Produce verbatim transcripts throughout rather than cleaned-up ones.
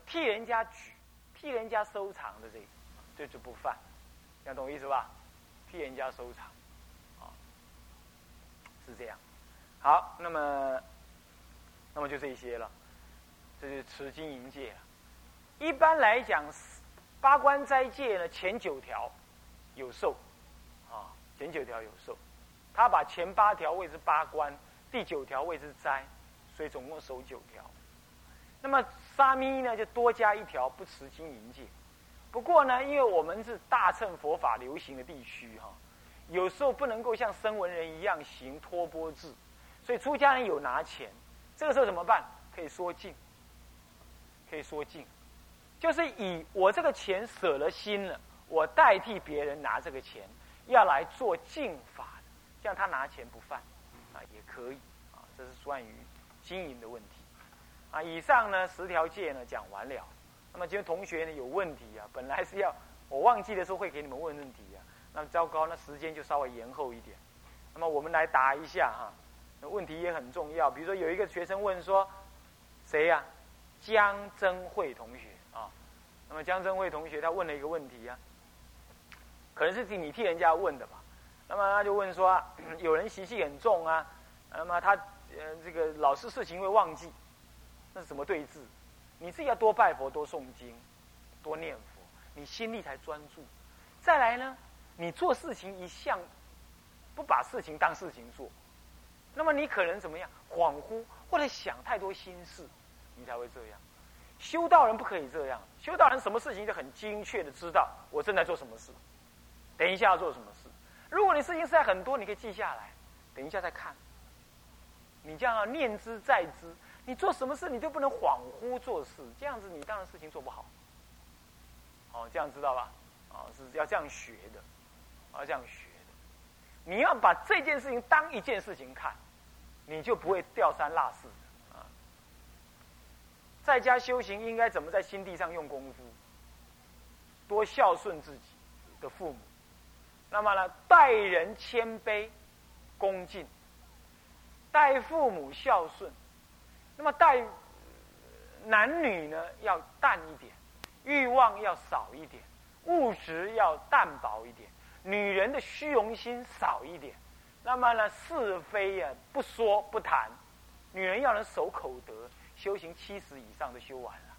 替人家举、替人家收藏的这个，这就不犯，这样懂我意思吧？替人家收藏，啊，是这样。好，那么，那么就这些了，这是持金银戒了。一般来讲，八关斋戒呢，前九条有受，啊，前九条有受，他把前八条谓之八关，第九条谓之斋，所以总共守九条。那么沙弥呢，就多加一条不持金银戒。不过呢，因为我们是大乘佛法流行的地区哈，有时候不能够像声闻人一样行托钵制，所以出家人有拿钱，这个时候怎么办？可以说净，可以说净，就是以我这个钱舍了心了，我代替别人拿这个钱，要来做净法的，这样他拿钱不犯啊，也可以啊，这是关于经营的问题啊。以上呢十条戒呢讲完了。那么今天同学呢有问题啊，本来是要我忘记的时候会给你们问问题啊，那么糟糕，那时间就稍微延后一点。那么我们来答一下哈，那问题也很重要。比如说有一个学生问说，谁呀、啊？江真慧同学啊。那么江真慧同学他问了一个问题啊，可能是你替人家问的吧。那么他就问说、啊，有人习气很重啊，那么他呃这个老是事情会忘记，那是怎么对治？你自己要多拜佛、多诵经、多念佛，你心力才专注。再来呢，你做事情一向不把事情当事情做，那么你可能怎么样？恍惚或者想太多心事，你才会这样。修道人不可以这样，修道人什么事情就很精确的知道我正在做什么事，等一下要做什么事。如果你事情实在很多，你可以记下来，等一下再看。你这样要念之在之。你做什么事你就不能恍惚做事，这样子你当然事情做不好。哦，这样知道吧？哦，是要这样学的，要这样学的。你要把这件事情当一件事情看，你就不会掉三落四的啊。在家修行应该怎么在心地上用功夫？多孝顺自己的父母，那么呢，待人谦卑、恭敬，待父母孝顺。那么待男女呢，要淡一点，欲望要少一点，物质要淡薄一点，女人的虚荣心少一点。那么呢，是非啊不说不谈，女人要能守口德，修行七十以上都修完了。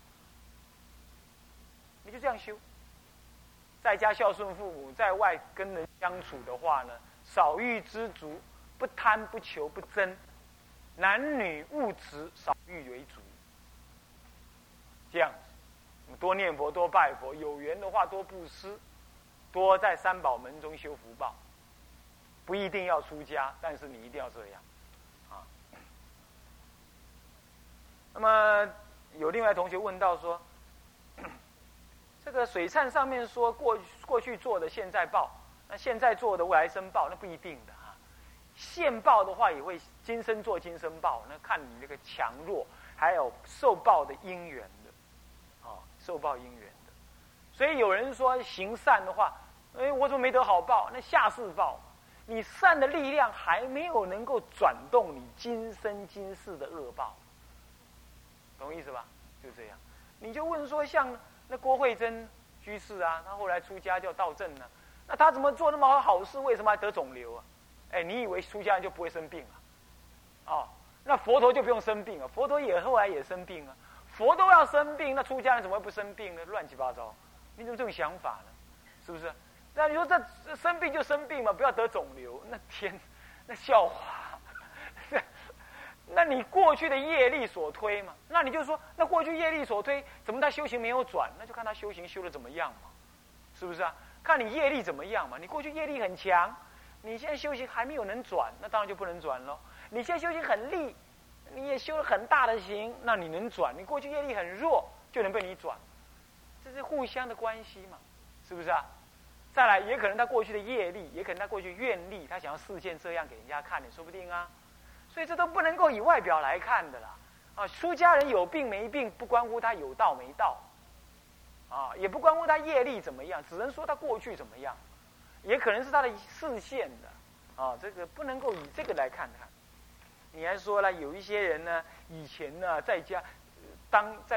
你就这样修，在家孝顺父母，在外跟人相处的话呢，少欲知足，不贪不求不争。男女物质少欲为主，这样子，多念佛，多拜佛，有缘的话多布施，多在三宝门中修福报。不一定要出家，但是你一定要这样，啊。那么有另外同学问到说，这个水忏上面说过过去做的现在报，那现在做的未来生报，那不一定的。现报的话也会今生做今生报，那看你那个强弱，还有受报的因缘的，啊、哦，受报因缘的。所以有人说行善的话，哎，我怎么没得好报？那下世报，你善的力量还没有能够转动你今生今世的恶报，懂意思吧？就这样，你就问说，像那郭慧珍居士啊，他后来出家叫道正呢、啊，那他怎么做那么好好事，为什么还得肿瘤啊？哎，你以为出家人就不会生病啊？哦，那佛陀就不用生病啊？佛陀也后来也生病啊，佛都要生病，那出家人怎么会不生病呢？乱七八糟，你怎么这种想法呢？是不是？那你说这生病就生病嘛，不要得肿瘤，那天，那笑话。那你过去的业力所推嘛？那你就说，那过去业力所推，怎么他修行没有转？那就看他修行修的怎么样嘛，是不是啊？看你业力怎么样嘛？你过去业力很强。你现在修行还没有能转，那当然就不能转咯。你现在修行很利，你也修了很大的行，那你能转。你过去业力很弱，就能被你转，这是互相的关系嘛，是不是啊？再来，也可能他过去的业力，也可能他过去愿力，他想要示现这样给人家看，也说不定啊。所以这都不能够以外表来看的啦。啊，出家人有病没病，不关乎他有道没道，啊，也不关乎他业力怎么样，只能说他过去怎么样。也可能是他的视线的，啊，这个不能够以这个来看看。你还说了，有一些人呢，以前呢在家，当在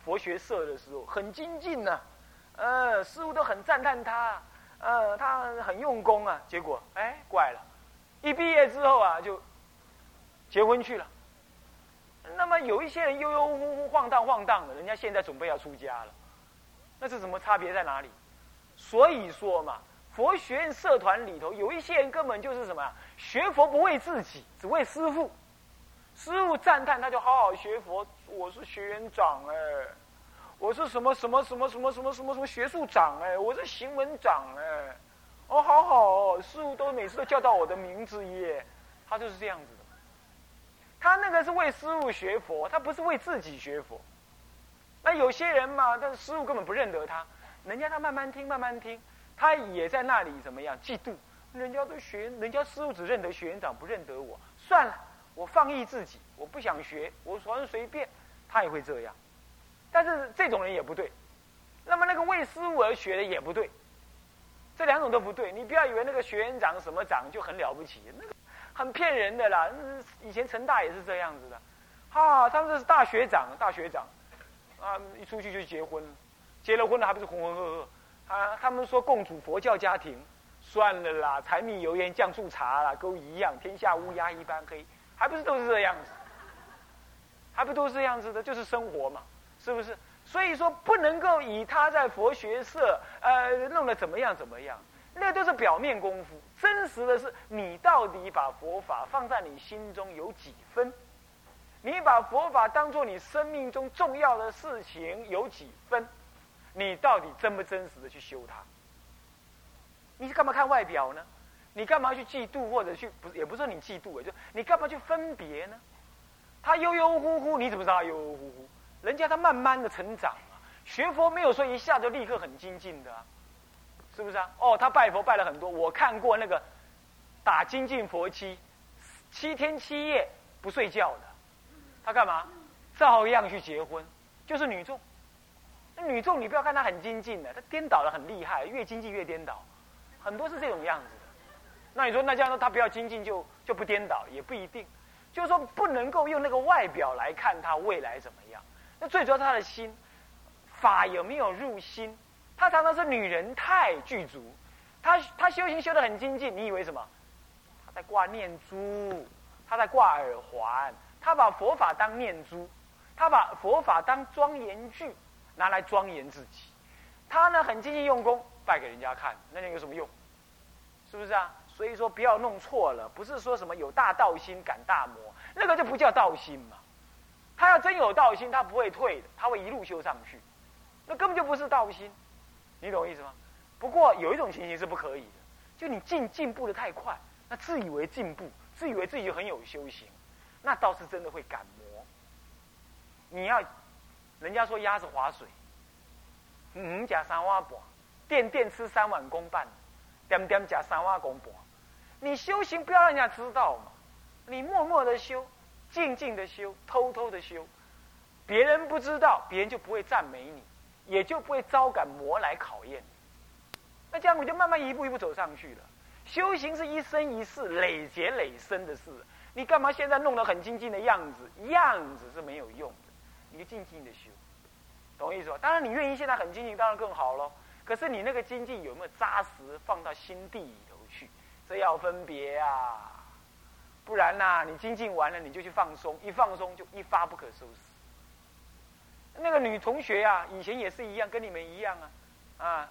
佛学社的时候很精进呐、啊，呃，师父都很赞叹他，呃，他很用功啊。结果哎，怪了，一毕业之后啊，就结婚去了。那么有一些人悠悠忽忽、晃荡晃荡的，人家现在准备要出家了，那是什么差别在哪里？所以说嘛，佛学院社团里头有一些人根本就是什么，学佛不为自己，只为师父。师父赞叹，他就好好学佛。我是学员长哎，我是什么什么什么什么什么什么什么学术长哎，我是行文长哎，哦，好好哦，师父都每次都叫到我的名字耶，他就是这样子的。他那个是为师父学佛，他不是为自己学佛。那有些人嘛，但是师父根本不认得他，人家他慢慢听慢慢听，他也在那里怎么样嫉妒，人家都学，人家师父只认得学员长，不认得我，算了，我放逸自己，我不想学，我反正随便，他也会这样。但是这种人也不对，那么那个为师父而学的也不对，这两种都不对。你不要以为那个学员长什么长就很了不起，那个很骗人的啦。以前成大也是这样子的，哈、啊，他们这是大学长，大学长，啊，一出去就结婚了，结了婚了还不是浑浑噩噩？啊，他们说共主佛教家庭，算了啦，柴米油盐酱醋茶啦，都一样，天下乌鸦一般黑，还不是都是这样子？还不都是这样子的？就是生活嘛，是不是？所以说不能够以他在佛学社呃弄得怎么样怎么样，那都是表面功夫。真实的是你到底把佛法放在你心中有几分？你把佛法当作你生命中重要的事情有几分？你到底真不真实的去修它？你干嘛看外表呢？你干嘛去嫉妒或者去不是也不是说你嫉妒，就你干嘛去分别呢？他悠悠忽忽，你怎么知道他悠悠忽忽？人家他慢慢的成长啊，学佛没有说一下就立刻很精进的、啊，是不是啊？哦，他拜佛拜了很多，我看过那个打精进佛七，七天七夜不睡觉的，他干嘛？照样去结婚，就是女众。那女众你不要看她很精进的，她颠倒的很厉害，越精进越颠倒，很多是这种样子的。那你说那这样说他不要精进就就不颠倒，也不一定。就是说不能够用那个外表来看他未来怎么样，那最主要是他的心法有没有入心。他常常是女人态具足，他他修行修得很精进，你以为什么？他在挂念珠，他在挂耳环，他把佛法当念珠，他把佛法当庄严具拿来庄严自己。他呢很精进用功，拜给人家看，那有什么用？是不是啊？所以说不要弄错了，不是说什么有大道心感大魔，那个就不叫道心嘛。他要真有道心，他不会退的，他会一路修上去，那根本就不是道心，你懂我意思吗？不过有一种情形是不可以的，就你进进步的太快，那自以为进步，自以为自己就很有修行，那倒是真的会感魔。你要，人家说鸭子划水，嗯，加三碗半，垫垫吃三碗公半，点点加三碗公半。你修行不要让人家知道嘛，你默默的修，静静的修，偷偷的修，别人不知道，别人就不会赞美你，也就不会招感魔来考验你。那这样我就慢慢一步一步走上去了。修行是一生一世累劫累生的事，你干嘛现在弄得很精进的样子？样子是没有用的，你就静静的修，懂我意思吧？当然你愿意现在很精进，当然更好咯。可是你那个精进有没有扎实放到心地里头去？这要分别啊，不然呐、啊，你精进完了你就去放松，一放松就一发不可收拾。那个女同学啊，以前也是一样，跟你们一样啊，啊，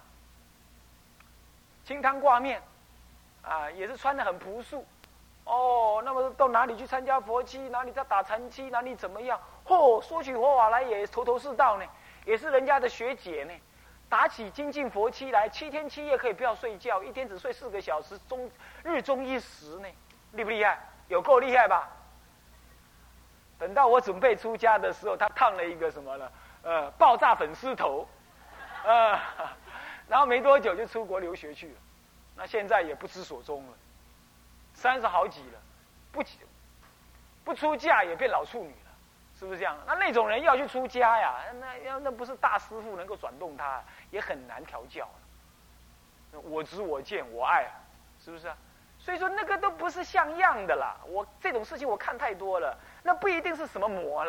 清汤挂面，啊，也是穿得很朴素，哦，那么到哪里去参加佛七，哪里在打禅七，哪里怎么样？哦，说起佛法来也头头是道呢，也是人家的学姐呢。打起精进佛七来，七天七夜可以不要睡觉，一天只睡四个小时，中日中一时呢，厉不厉害？有够厉害吧？等到我准备出家的时候，他烫了一个什么呢？呃，爆炸粉丝头，呃，然后没多久就出国留学去了。那现在也不知所踪了，三十好几了，不不出嫁也变老处女了。是不是这样？那那种人要去出家呀，那要那不是大师父能够转动他，也很难调教。我执我见我爱，是不是啊？所以说那个都不是像样的啦。我这种事情我看太多了，那不一定是什么魔啦。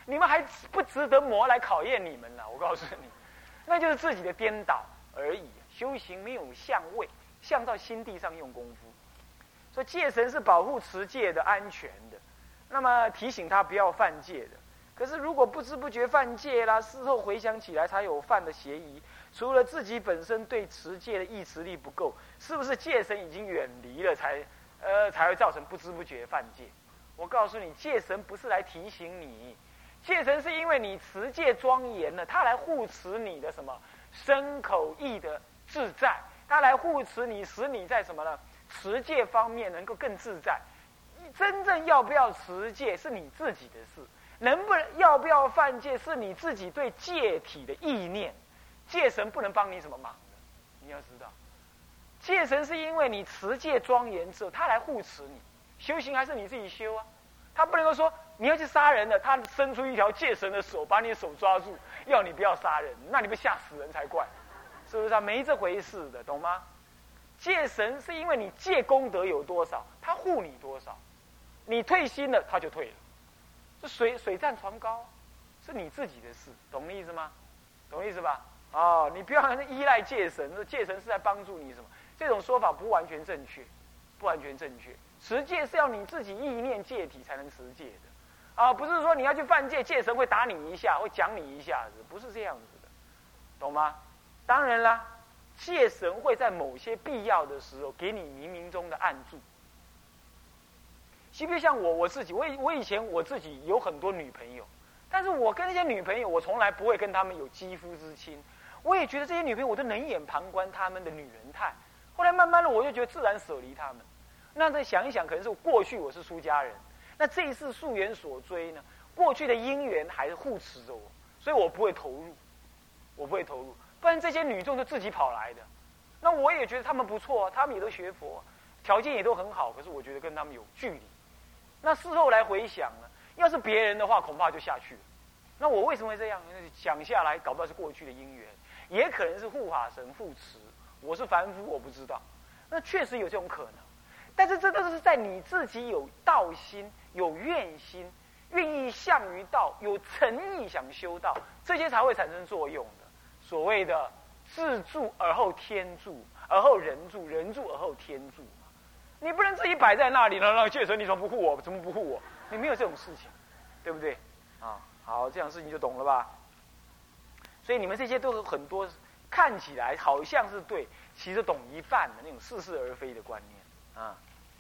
你们还不值得魔来考验你们呢。我告诉你，那就是自己的颠倒而已。修行没有相位，相到心地上用功夫。所以戒神是保护持戒的安全的，那么提醒他不要犯戒的。可是如果不知不觉犯戒啦，事后回想起来才有犯的嫌疑，除了自己本身对持戒的意识力不够，是不是戒神已经远离了才呃才会造成不知不觉犯戒？我告诉你，戒神不是来提醒你，戒神是因为你持戒庄严了，他来护持你的什么身口意的自在，他来护持你，使你在什么呢？持戒方面能够更自在。真正要不要持戒是你自己的事，能不能要不要犯戒是你自己对戒体的意念。戒神不能帮你什么忙的，你要知道，戒神是因为你持戒庄严之后，他来护持你。修行还是你自己修啊，他不能够说你要去杀人了，他伸出一条戒神的手把你的手抓住，要你不要杀人，那你不吓死人才怪，是不是啊？没这回事的，懂吗？戒神是因为你戒功德有多少，他护你多少，你退心了他就退了，这水水涨船高，是你自己的事，懂意思吗？懂意思吧？哦，你不要依赖戒神，戒神是在帮助你什么？这种说法不完全正确，不完全正确。持戒是要你自己意念戒体才能持戒的，啊，不是说你要去犯戒，戒神会打你一下，会讲你一下子，不是这样子的，懂吗？当然啦。戒神会在某些必要的时候给你冥冥中的暗助。就比如像我我自己，我我以前我自己有很多女朋友，但是我跟那些女朋友，我从来不会跟她们有肌肤之亲。我也觉得这些女朋友，我都冷眼旁观她们的女人态。后来慢慢的，我就觉得自然舍离她们。那再想一想，可能是过去我是出家人，那这一次溯源所追呢，过去的因缘还是护持着我，所以我不会投入，我不会投入。不然这些女众都自己跑来的，那我也觉得他们不错，他们也都学佛，条件也都很好，可是我觉得跟他们有距离。那事后来回想呢，要是别人的话，恐怕就下去了。那我为什么会这样？想下来，搞不好是过去的因缘，也可能是护法神护持。我是凡夫，我不知道。那确实有这种可能，但是这都是在你自己有道心、有愿心、愿意向于道、有诚意想修道，这些才会产生作用的。所谓的自助而后天助，而后人助，人助而后天助。你不能自己摆在那里呢，让戒神你怎么不护我？怎么不护我？你没有这种事情，对不对？啊，好，这样事情就懂了吧？所以你们这些都是很多看起来好像是对，其实懂一半的那种似是而非的观念啊。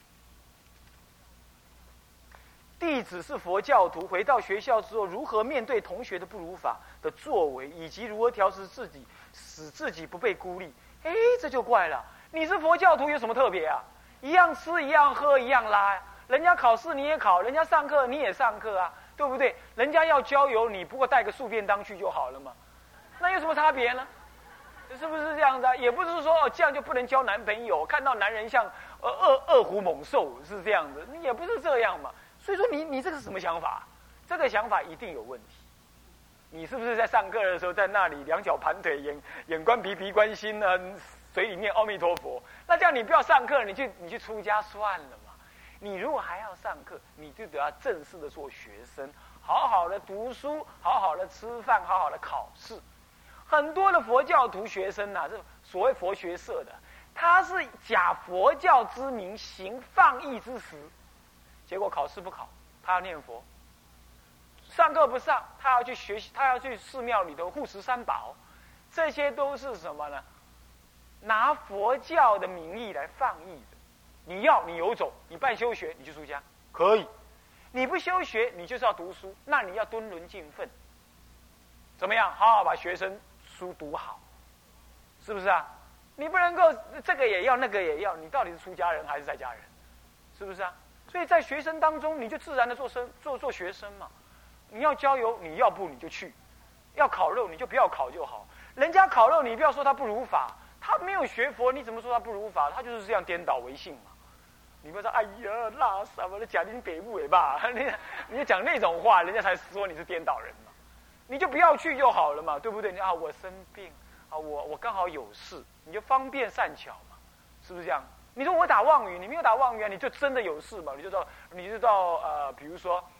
弟子是佛教徒，回到学校之后，如何面对同学的不如法的作为，以及如何调试自己，使自己不被孤立？哎，这就怪了。你是佛教徒有什么特别啊？一样吃，一样喝，一样拉。人家考试你也考，人家上课你也上课啊，对不对？人家要郊游，你不过带个素便当去就好了嘛，那有什么差别呢？是不是这样的、啊？也不是说哦这样就不能交男朋友，看到男人像呃饿饿虎猛兽是这样的，也不是这样嘛。所以说你你这个是什么想法？这个想法一定有问题。你是不是在上课的时候在那里两脚盘腿，眼眼观鼻，鼻观心呢？嘴里念阿弥陀佛？那这样你不要上课，你去你去出家算了嘛。你如果还要上课，你就得要正式的做学生，好好的读书，好好的吃饭，好好的考试。很多的佛教徒学生呐、啊，是所谓佛学社的，他是假佛教之名行放逸之实。结果考试不考，他要念佛；上课不上，他要去学习，他要去寺庙里头护持三宝。这些都是什么呢？拿佛教的名义来放逸的。你要你游走，你办修学，你去出家可以；你不修学，你就是要读书，那你要敦伦尽分。怎么样？好好把学生书读好，是不是啊？你不能够这个也要，那个也要，你到底是出家人还是在家人？是不是啊？所以在学生当中，你就自然的做生做做学生嘛。你要郊游，你要不你就去；要烤肉，你就不要烤就好。人家烤肉，你不要说他不如法，他没有学佛，你怎么说他不如法？他就是这样颠倒为性嘛。你不要说哎呀拉什么的假定北部也罢，你你讲那种话，人家才说你是颠倒人嘛。你就不要去就好了嘛，对不对？你啊，我生病啊，我我刚好有事，你就方便善巧嘛，是不是这样？你说我打妄语，你没有打妄语啊，你就真的有事嘛？你就到你就到呃，比如说，嗯，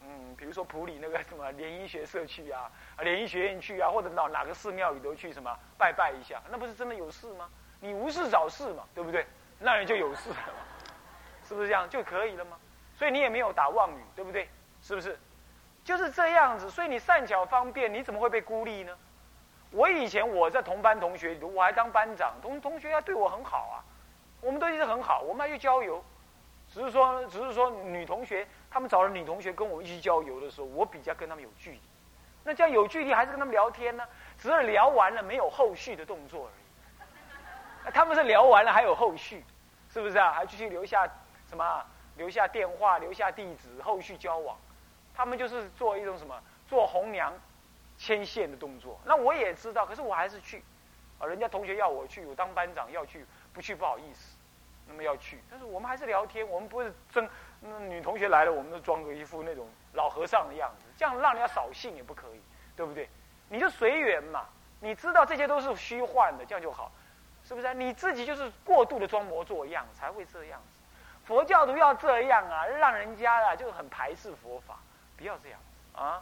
嗯，比如说普里那个什么联谊学社区啊，联谊学院去啊，或者到哪个寺庙里头去什么拜拜一下，那不是真的有事吗？你无事找事嘛，对不对？那人就有事了嘛，是不是这样就可以了吗？所以你也没有打妄语，对不对？是不是？就是这样子，所以你善巧方便，你怎么会被孤立呢？我以前我在同班同学里头，我还当班长，同同学还对我很好啊，我们都一直很好，我们还去郊游，只是说，只是说女同学他们找了女同学跟我们一起郊游的时候，我比较跟他们有距离。那这样有距离还是跟他们聊天呢？只是聊完了没有后续的动作而已。他们是聊完了还有后续，是不是啊？还继续留下什么、啊？留下电话，留下地址，后续交往。他们就是做一种什么做红娘牵线的动作。那我也知道，可是我还是去啊。人家同学要我去，我当班长要去，不去不好意思。那么要去，但是我们还是聊天，我们不是争。那女同学来了，我们就装个一副那种老和尚的样子，这样让人家扫兴也不可以，对不对？你就随缘嘛，你知道这些都是虚幻的，这样就好，是不是、啊？你自己就是过度的装模作样，才会这样子。佛教徒要这样啊，让人家啊就很排斥佛法，不要这样啊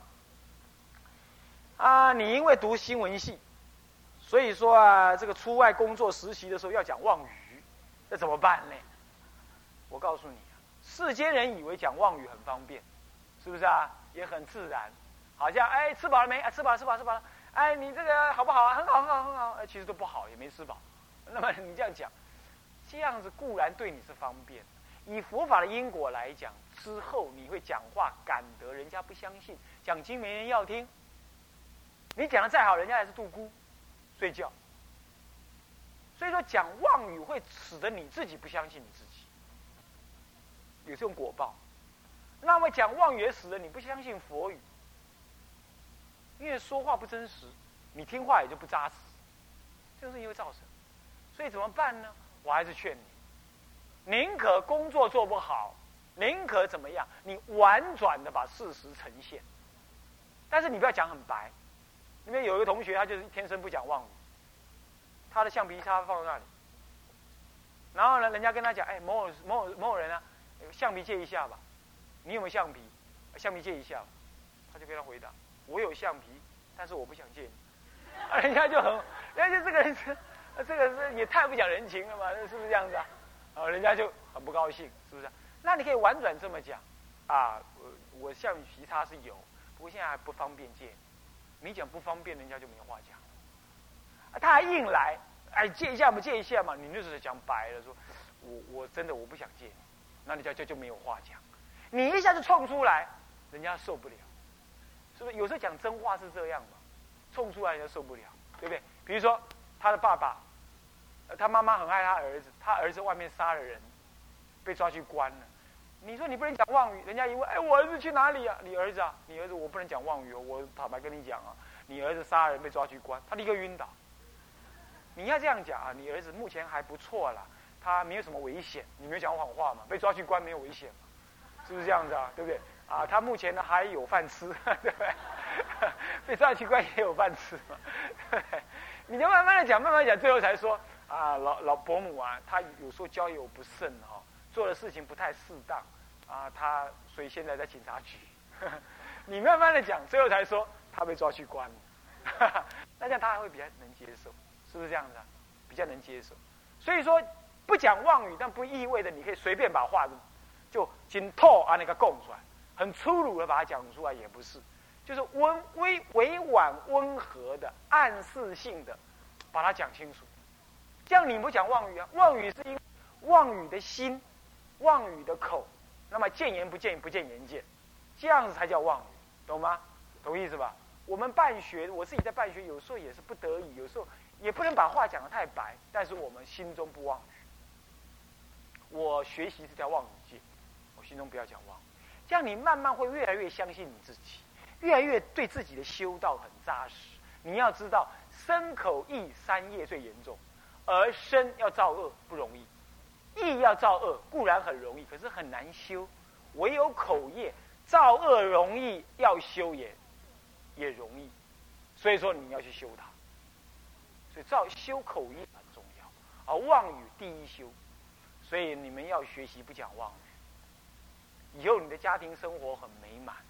啊！你因为读新闻系，所以说啊，这个出外工作实习的时候要讲妄语，那怎么办呢？我告诉你啊，世间人以为讲妄语很方便，是不是啊？也很自然，好像哎吃饱了没？啊吃饱了吃饱了吃饱了，哎你这个好不好啊？很好很好很好，哎其实都不好，也没吃饱。那么你这样讲，这样子固然对你是方便。以佛法的因果来讲，之后你会讲话感得人家不相信，讲经没人要听。你讲的再好，人家还是度孤睡觉。所以说讲妄语会使得你自己不相信你自己，有这种果报。那么讲妄语也使得你不相信佛语，因为说话不真实，你听话也就不扎实，这种事情会造成。所以怎么办呢？我还是劝你，宁可工作做不好，宁可怎么样？你婉转的把事实呈现，但是你不要讲很白。因为有一个同学，他就是天生不讲妄语，他的橡皮擦放在那里，然后呢，人家跟他讲，哎，某某某某某某人啊，橡皮借一下吧，你有没有橡皮？橡皮借一下吧，他就跟他回答，我有橡皮，但是我不想借你。啊、人家就很，人家就这个人，这个是也太不讲人情了嘛，是不是这样子啊？啊，人家就很不高兴，是不是？那你可以婉转这么讲，啊，我我橡皮擦是有，不过现在还不方便借你。你讲不方便，人家就没话讲。啊、他还硬来，哎，借一下嘛，借一下嘛，你就是讲白了，说我我真的我不想借你，那你就就就没有话讲。你一下子冲出来，人家受不了，是不是？有时候讲真话是这样嘛，冲出来人家受不了，对不对？比如说他的爸爸，呃、他妈妈很爱他儿子，他儿子外面杀了人，被抓去关了。你说你不能讲妄语，人家一问，哎，我儿子去哪里啊？你儿子啊，你儿子我不能讲妄语哦，我坦白跟你讲啊，你儿子杀人被抓去关，他立刻晕倒。你要这样讲啊，你儿子目前还不错啦，他没有什么危险，你没有讲谎话嘛，被抓去关没有危险嘛，是不是这样子啊？对不对？啊，他目前呢还有饭吃，对不对？被抓去关也有饭吃嘛，对不对？你就慢慢的讲，慢慢的讲，最后才说啊，老老伯母啊，他有时候交友不慎哈、哦，做的事情不太适当。啊，他所以现在在警察局，呵呵你慢慢的讲，最后才说他被抓去关了，那这样他还会比较能接受，是不是这样子啊？比较能接受。所以说不讲妄语，但不意味着你可以随便把话就紧透啊那个供出来，很粗鲁的把它讲出来也不是，就是温委委婉温和的暗示性的把它讲清楚。这样你不讲妄语啊？妄语是因为妄语的心，妄语的口。那么见言不见不见言见，这样子才叫妄语，懂吗？懂意思吧？我们办学，我自己在办学，有时候也是不得已，有时候也不能把话讲得太白，但是我们心中不妄语。我学习这条妄语戒，我心中不要讲妄语，这样你慢慢会越来越相信你自己，越来越对自己的修道很扎实。你要知道，身口意三业最严重，而身要造恶不容易。意要造恶固然很容易，可是很难修。唯有口业造恶容易，要修也也容易。所以说你要去修它。所以造修口业很重要，而妄语第一修。所以你们要学习不讲妄语，以后你的家庭生活很美满。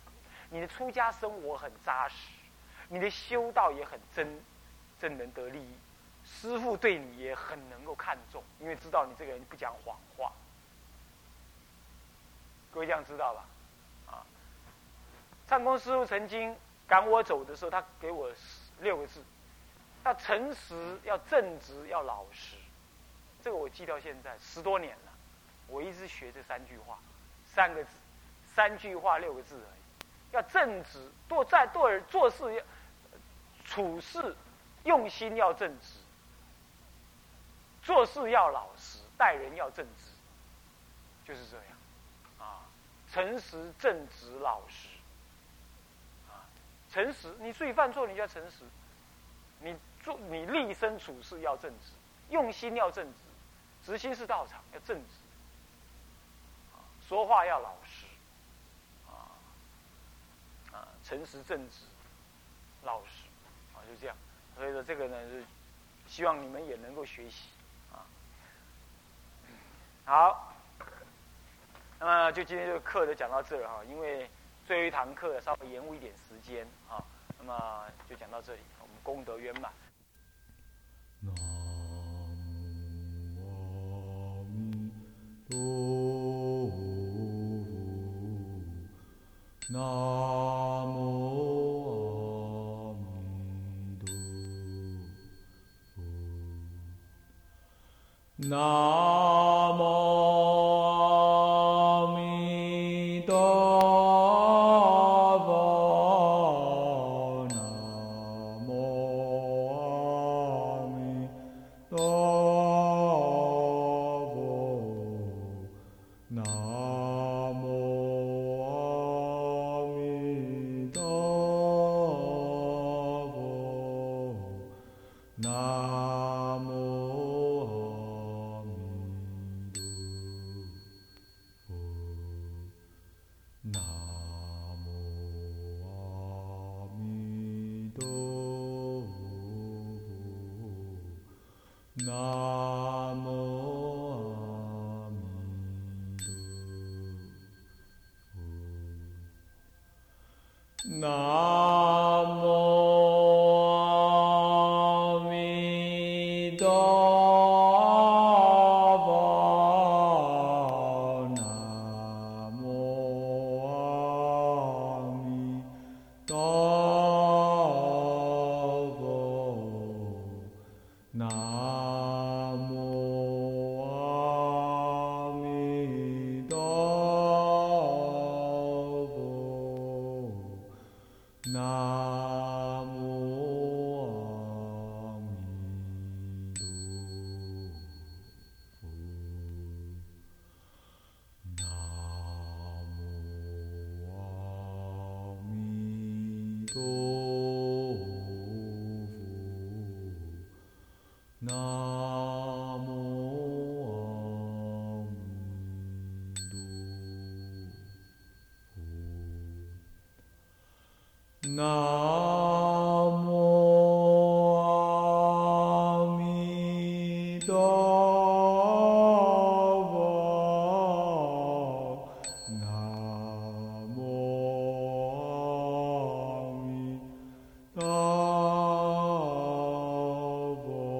你的出家生活很扎实，你的修道也很真，真能得利益。师父对你也很能够看重，因为知道你这个人不讲谎话。各位这样知道吧？啊，唱功师父曾经赶我走的时候，他给我六个字：要诚实，要正直，要老实。这个我记到现在十多年了，我一直学这三句话，三个字，三句话六个字而已。要正直，做在做人做事要处事用心要正直，做事要老实，待人要正直，就是这样啊，诚实、正直、老实啊。诚实，你罪犯错，你就要诚实；你做你立身处世要正直，用心要正直，执心是道场要正直啊，说话要老实啊啊，诚实、正直、老实啊，就这样。所以说这个呢是希望你们也能够学习。好，那么就今天这个课就讲到这儿哈，因为最后一堂课稍微延误一点时间啊，那么就讲到这里，我们功德圆满。南无阿弥陀佛，南无阿弥陀佛，南无阿弥陀佛，南无南无阿弥陀佛，南无阿弥陀佛，南无阿弥陀佛，南无阿弥陀佛，南无阿弥陀佛，南无阿弥陀佛，南无阿弥陀佛，南无阿弥陀佛，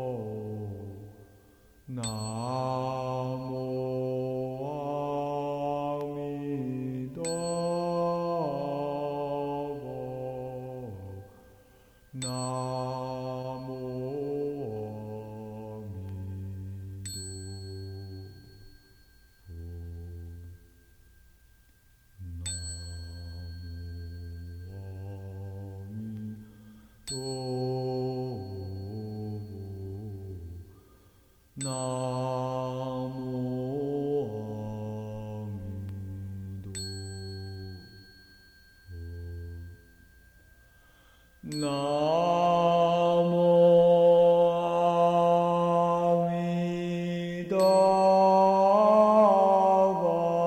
南无阿弥陀佛，南无阿弥陀佛，南无阿弥陀佛，南无阿弥陀佛，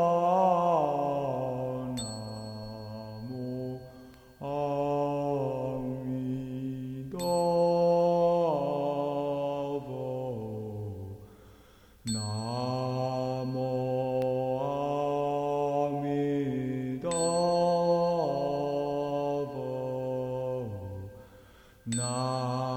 南无阿弥陀佛，南无阿弥陀啊。